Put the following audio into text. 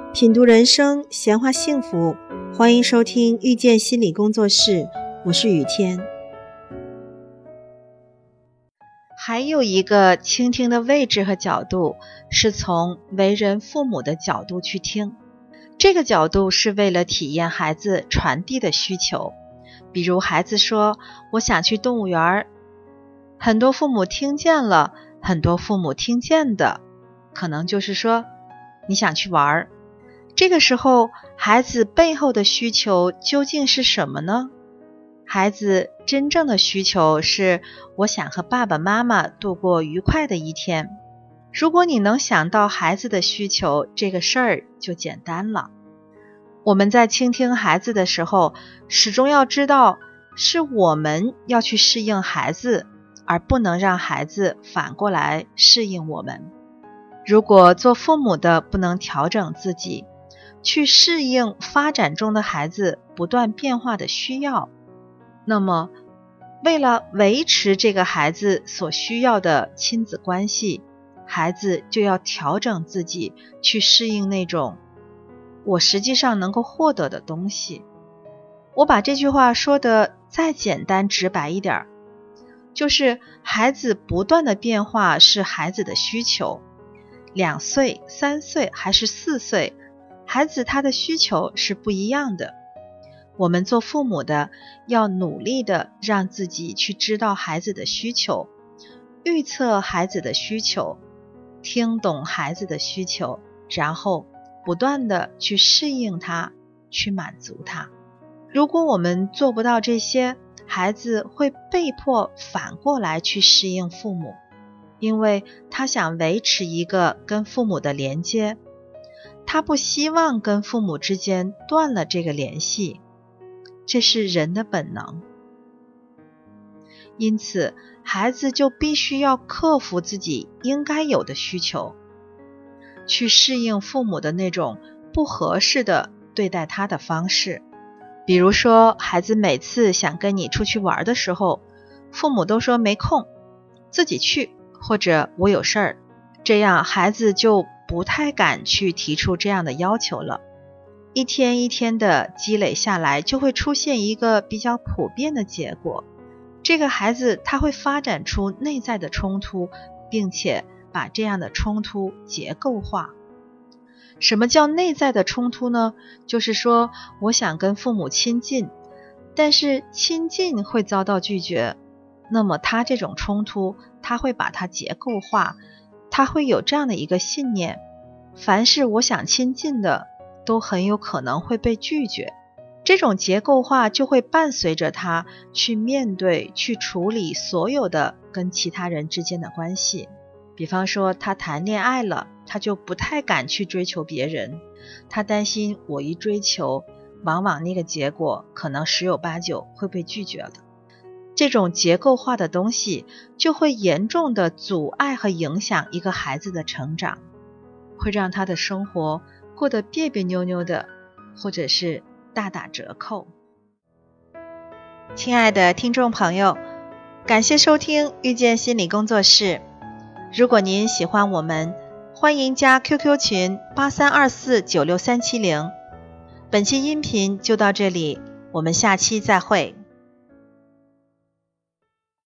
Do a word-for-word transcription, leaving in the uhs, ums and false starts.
品读人生，闲话幸福，欢迎收听遇见心理工作室，我是雨天。还有一个倾听的位置和角度，是从为人父母的角度去听。这个角度是为了体验孩子传递的需求。比如孩子说，我想去动物园，很多父母听见了，很多父母听见的可能就是说，你想去玩。这个时候，孩子背后的需求究竟是什么呢？孩子真正的需求是，我想和爸爸妈妈度过愉快的一天。如果你能想到孩子的需求，这个事儿就简单了。我们在倾听孩子的时候，始终要知道，是我们要去适应孩子，而不能让孩子反过来适应我们。如果做父母的不能调整自己，去适应发展中的孩子不断变化的需要，那么为了维持这个孩子所需要的亲子关系，孩子就要调整自己，去适应那种我实际上能够获得的东西。我把这句话说得再简单直白一点，就是孩子不断的变化是孩子的需求。两岁、三岁还是四岁，孩子他的需求是不一样的。我们做父母的要努力的让自己去知道孩子的需求，预测孩子的需求，听懂孩子的需求，然后不断的去适应他，去满足他。如果我们做不到这些，孩子会被迫反过来去适应父母，因为他想维持一个跟父母的连接，他不希望跟父母之间断了这个联系，这是人的本能。因此，孩子就必须要克服自己应该有的需求，去适应父母的那种不合适的对待他的方式。比如说，孩子每次想跟你出去玩的时候，父母都说没空，自己去，或者我有事儿，这样孩子就不太敢去提出这样的要求了。一天一天的积累下来，就会出现一个比较普遍的结果，这个孩子他会发展出内在的冲突，并且把这样的冲突结构化。什么叫内在的冲突呢？就是说，我想跟父母亲近，但是亲近会遭到拒绝，那么他这种冲突，他会把它结构化，他会有这样的一个信念，凡是我想亲近的，都很有可能会被拒绝。这种结构化就会伴随着他去面对、去处理所有的跟其他人之间的关系。比方说，他谈恋爱了，他就不太敢去追求别人，他担心我一追求，往往那个结果可能十有八九会被拒绝的。这种结构化的东西就会严重的阻碍和影响一个孩子的成长，会让他的生活过得别别扭扭的，或者是大打折扣。亲爱的听众朋友，感谢收听遇见心理工作室。如果您喜欢我们，欢迎加 Q Q 群八三二四九六三七零。本期音频就到这里，我们下期再会。